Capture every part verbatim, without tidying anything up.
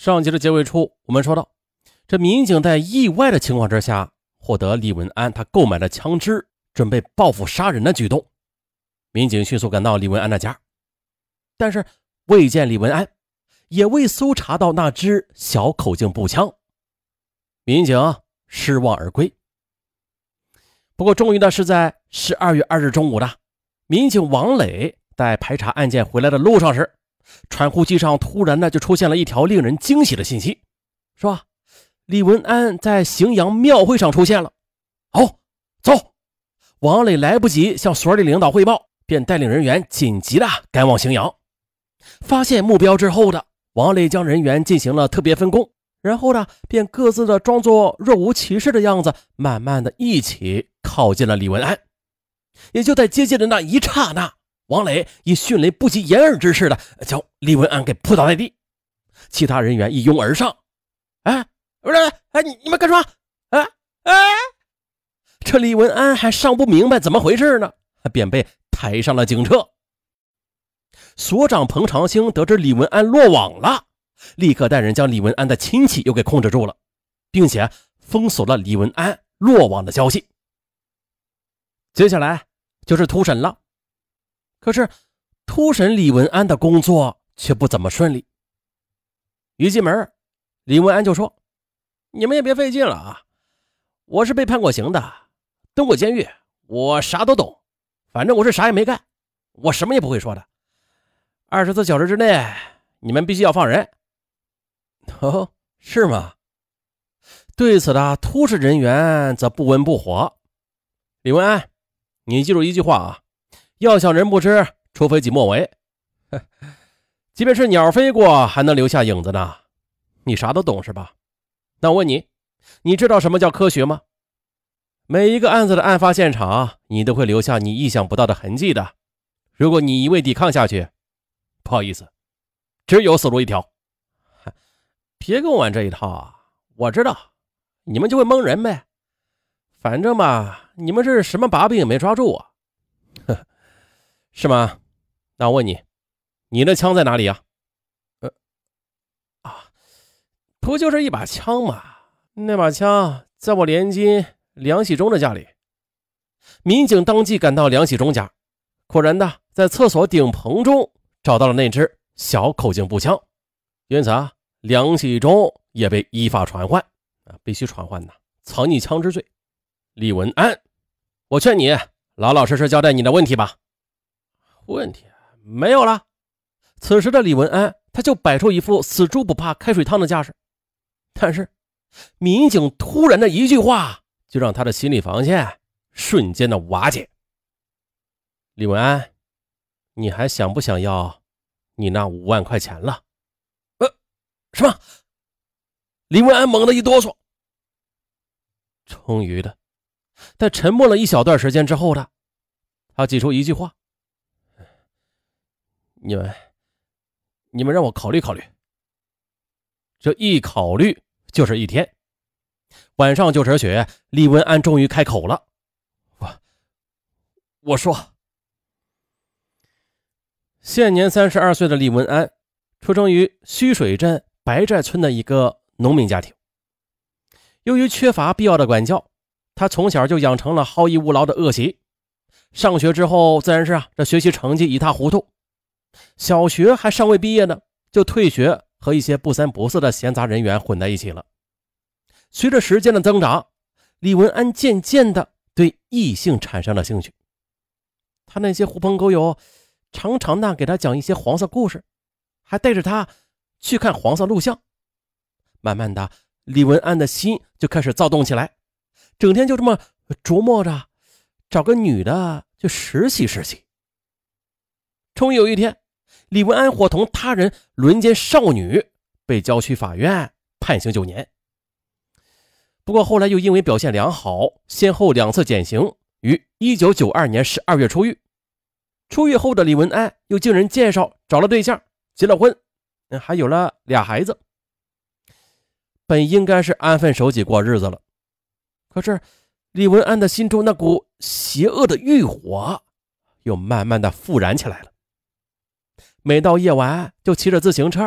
上集的结尾处我们说到，这民警在意外的情况之下获得李文安他购买的枪支，准备报复杀人的举动。民警迅速赶到李文安的家，但是未见李文安，也未搜查到那支小口径步枪，民警失望而归。不过终于的是在十二月二日中午的，民警王磊在排查案件回来的路上时，传呼机上突然的就出现了一条令人惊喜的信息，说李文安在荥阳庙会上出现了。好，走！王磊来不及向所里领导汇报，便带领人员紧急的赶往荥阳。发现目标之后的王磊将人员进行了特别分工，然后呢便各自的装作若无其事的样子，慢慢的一起靠近了李文安。也就在接近的那一刹那，王磊以迅雷不及掩耳之势的将李文安给扑倒在地，其他人员一拥而上。哎，不是，哎，你你们干什么？哎哎！这李文安还尚不明白怎么回事呢，便被抬上了警车。所长彭长兴得知李文安落网了，立刻带人将李文安的亲戚又给控制住了，并且封锁了李文安落网的消息。接下来就是突审了。可是突审李文安的工作却不怎么顺利。一进门，李文安就说：你们也别费劲了啊，我是被判过刑的，蹲过监狱，我啥都懂，反正我是啥也没干，我什么也不会说的。二十四小时之内你们必须要放人。哦，是吗？对此的突审人员则不温不火。李文安，你记住一句话啊，要想人不知，除非己莫为。即便是鸟飞过还能留下影子呢。你啥都懂是吧？那我问你，你知道什么叫科学吗？每一个案子的案发现场，你都会留下你意想不到的痕迹的。如果你一味抵抗下去，不好意思，只有死路一条。别跟我玩这一套啊！我知道你们就会蒙人呗，反正吧，你们是什么把柄也没抓住我。呵，是吗？那我问你，你的枪在哪里啊？呃啊，不就是一把枪吗？那把枪在我连襟梁喜忠的家里。民警当即赶到梁喜忠家，果然的在厕所顶棚中找到了那支小口径步枪，因此啊，梁喜忠也被依法传唤啊，必须传唤的，藏匿枪支罪。李文安，我劝你老老实实交代你的问题吧。问题没有了。此时的李文安他就摆出一副死猪不怕开水烫的架势，但是民警突然的一句话就让他的心理防线瞬间的瓦解。李文安，你还想不想要你那五万块钱了？呃，什么？李文安猛地一哆嗦。终于的，在沉默了一小段时间之后的，他挤出一句话：你们你们让我考虑考虑。这一考虑就是一天。晚上九时许，李文安终于开口了。我我说现年三十二岁的李文安出生于虚水镇白寨村的一个农民家庭。由于缺乏必要的管教，他从小就养成了好逸恶劳的恶习。上学之后自然是啊，这学习成绩一塌糊涂。小学还尚未毕业呢，就退学，和一些不三不四的闲杂人员混在一起了。随着时间的增长，李文安渐渐的对异性产生了兴趣。他那些狐朋狗友常常的给他讲一些黄色故事，还带着他去看黄色录像。慢慢的，李文安的心就开始躁动起来，整天就这么琢磨着找个女的就实习实习。终于有一天，李文安伙同他人轮奸少女，被交去法院判刑九年。不过后来又因为表现良好，先后两次减刑，于一九九二年十二月出狱。出狱后的李文安又经人介绍找了对象，结了婚，还有了俩孩子。本应该是安分守己过日子了，可是李文安的心中那股邪恶的欲火又慢慢的复燃起来了。每到夜晚就骑着自行车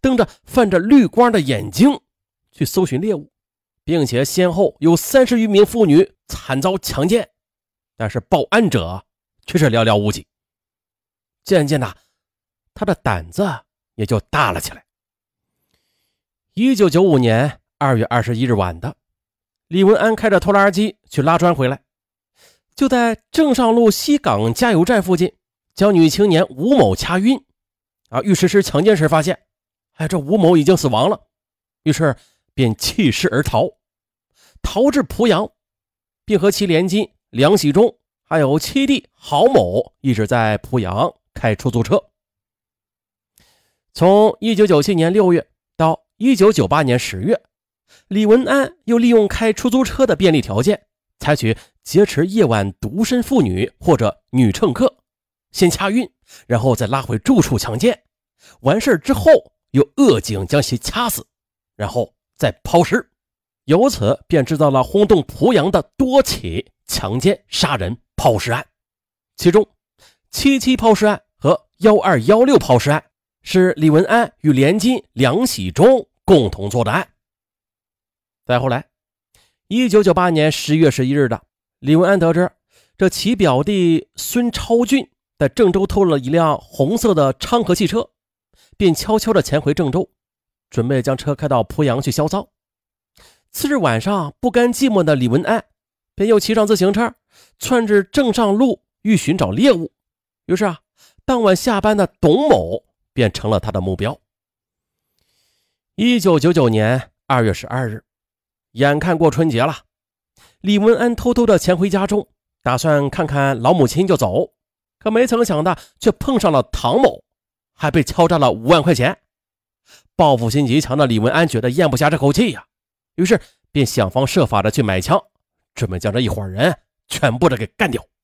瞪着泛着绿光的眼睛去搜寻猎物，并且先后有三十余名妇女惨遭强奸，但是报案者却是寥寥无几。渐渐的，他的胆子也就大了起来。一九九五年二月二十一日晚的，李文安开着拖拉机去拉砖回来，就在正上路西港加油站附近将女青年吴某掐晕，啊，欲实施强奸时发现，哎，这吴某已经死亡了，于是便弃尸而逃，逃至濮阳，并和其连襟梁喜忠还有七弟郝某一直在濮阳开出租车。从一九九七年六月到一九九八年十月，李文安又利用开出租车的便利条件，采取劫持夜晚独身妇女或者女乘客，先掐晕，然后再拉回住处强奸，完事之后又扼颈将其掐死，然后再抛尸，由此便制造了轰动濮阳的多起强奸杀人抛尸案。其中七七抛尸案和一二一六抛尸案是李文安与连襟梁喜忠共同做的案。再后来一九九八年十月十一日的，李文安得知这其表弟孙超俊在郑州偷了一辆红色的昌河汽车，便悄悄地潜回郑州，准备将车开到濮阳去销赃。次日晚上，不甘寂寞的李文安便又骑上自行车窜至正上路欲寻找猎物，于是啊，当晚下班的董某便成了他的目标。一九九九年二月十二日，眼看过春节了，李文安偷偷的潜回家中，打算看看老母亲就走，可没曾想的却碰上了唐某，还被敲诈了五万块钱。报复心极强的李文安觉得咽不下这口气呀、啊，于是便想方设法的去买枪，准备将这一伙人全部的给干掉。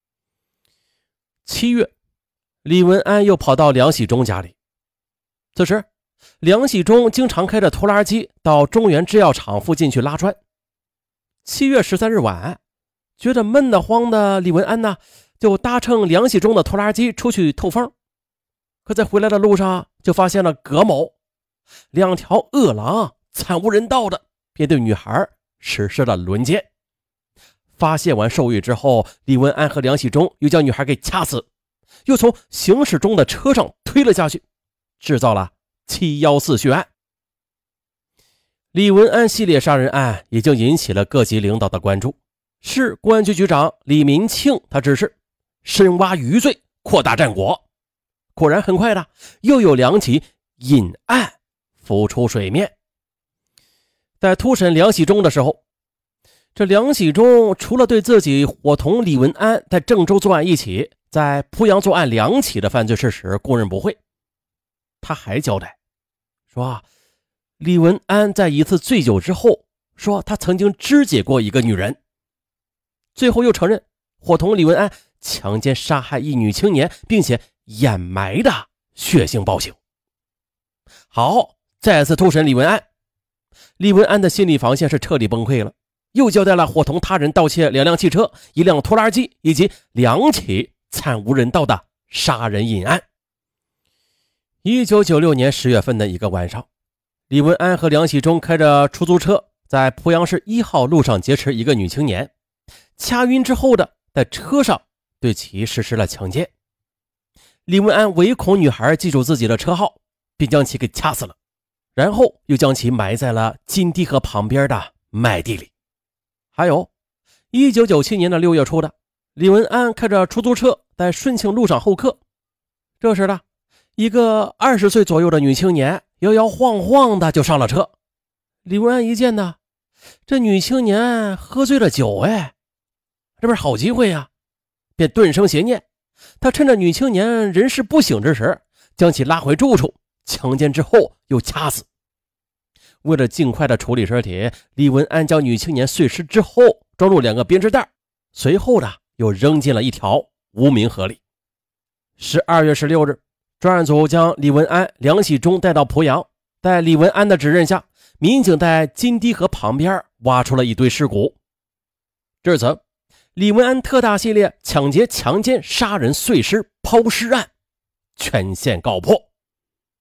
七月，李文安又跑到梁喜忠家里，此时梁喜忠经常开着拖拉机到中原制药厂附近去拉砖。七月十三日晚，觉得闷得慌的李文安呢，就搭乘梁喜忠的拖拉机出去透风。可在回来的路上就发现了葛某，两条恶狼惨无人道的便对女孩实施了轮奸。发泄完兽欲之后，李文安和梁喜忠又将女孩给掐死，又从行驶中的车上推了下去，制造了七一四血案。李文安系列杀人案已经引起了各级领导的关注，市公安局局长李民庆他指示深挖余罪，扩大战果。果然很快的，又有两起隐案浮出水面。在突审梁喜忠的时候，这梁喜忠除了对自己伙同李文安在郑州作案一起，在濮阳作案两起的犯罪事实供认不讳，他还交代说，李文安在一次醉酒之后说他曾经肢解过一个女人，最后又承认伙同李文安强奸杀害一女青年，并且掩埋的血腥暴行。好，再次突审李文安，李文安的心理防线是彻底崩溃了，又交代了伙同他人盗窃两辆汽车、一辆拖拉机以及两起惨无人道的杀人隐案。一九九六年十月份的一个晚上，李文安和梁喜忠开着出租车在濮阳市一号路上劫持一个女青年，掐晕之后的在车上对其实施了强奸。李文安唯恐女孩记住自己的车号，便将其给掐死了，然后又将其埋在了金堤河旁边的麦地里。还有一九九七年的六月初的，李文安开着出租车在顺庆路上候客，这时的一个二十岁左右的女青年摇摇晃晃的就上了车。李文安一见呢，这女青年喝醉了酒，哎，这不是好机会呀、啊，便顿生邪念，他趁着女青年人事不省之时，将其拉回住处，强奸之后又掐死。为了尽快的处理尸体，李文安将女青年碎尸之后装入两个编织袋，随后的又扔进了一条无名河里。十二月十六日，专案组将李文安、梁喜忠带到濮阳，在李文安的指认下，民警在金堤河旁边挖出了一堆尸骨。至此，李文安特大系列抢劫、强奸、杀人、碎尸、抛尸案全线告破。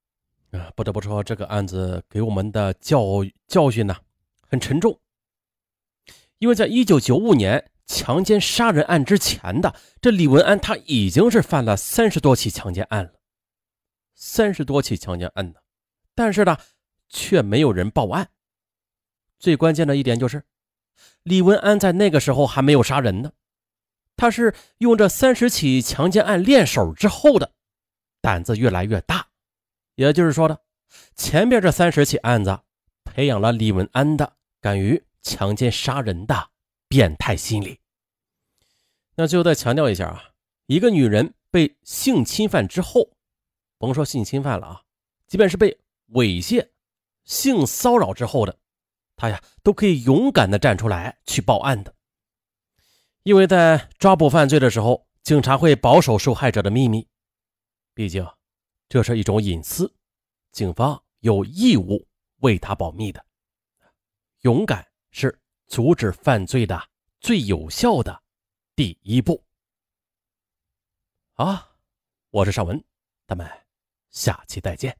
啊，不得不说，这个案子给我们的教教训呢、啊、很沉重。因为在一九九五年强奸杀人案之前的这李文安，他已经是犯了三十多起强奸案了，三十多起强奸案呢，但是呢，却没有人报案。最关键的一点就是，李文安在那个时候还没有杀人呢，他是用这三十起强奸案练手之后的，胆子越来越大。也就是说的，前边这三十起案子培养了李文安的敢于强奸杀人的变态心理。那最后再强调一下啊，一个女人被性侵犯之后，甭说性侵犯了啊，即便是被猥亵、性骚扰之后的，她呀都可以勇敢的站出来去报案的。因为在抓捕犯罪的时候，警察会保守受害者的秘密，毕竟这是一种隐私，警方有义务为他保密的。勇敢是阻止犯罪的最有效的第一步。好，我是尚文，咱们下期再见。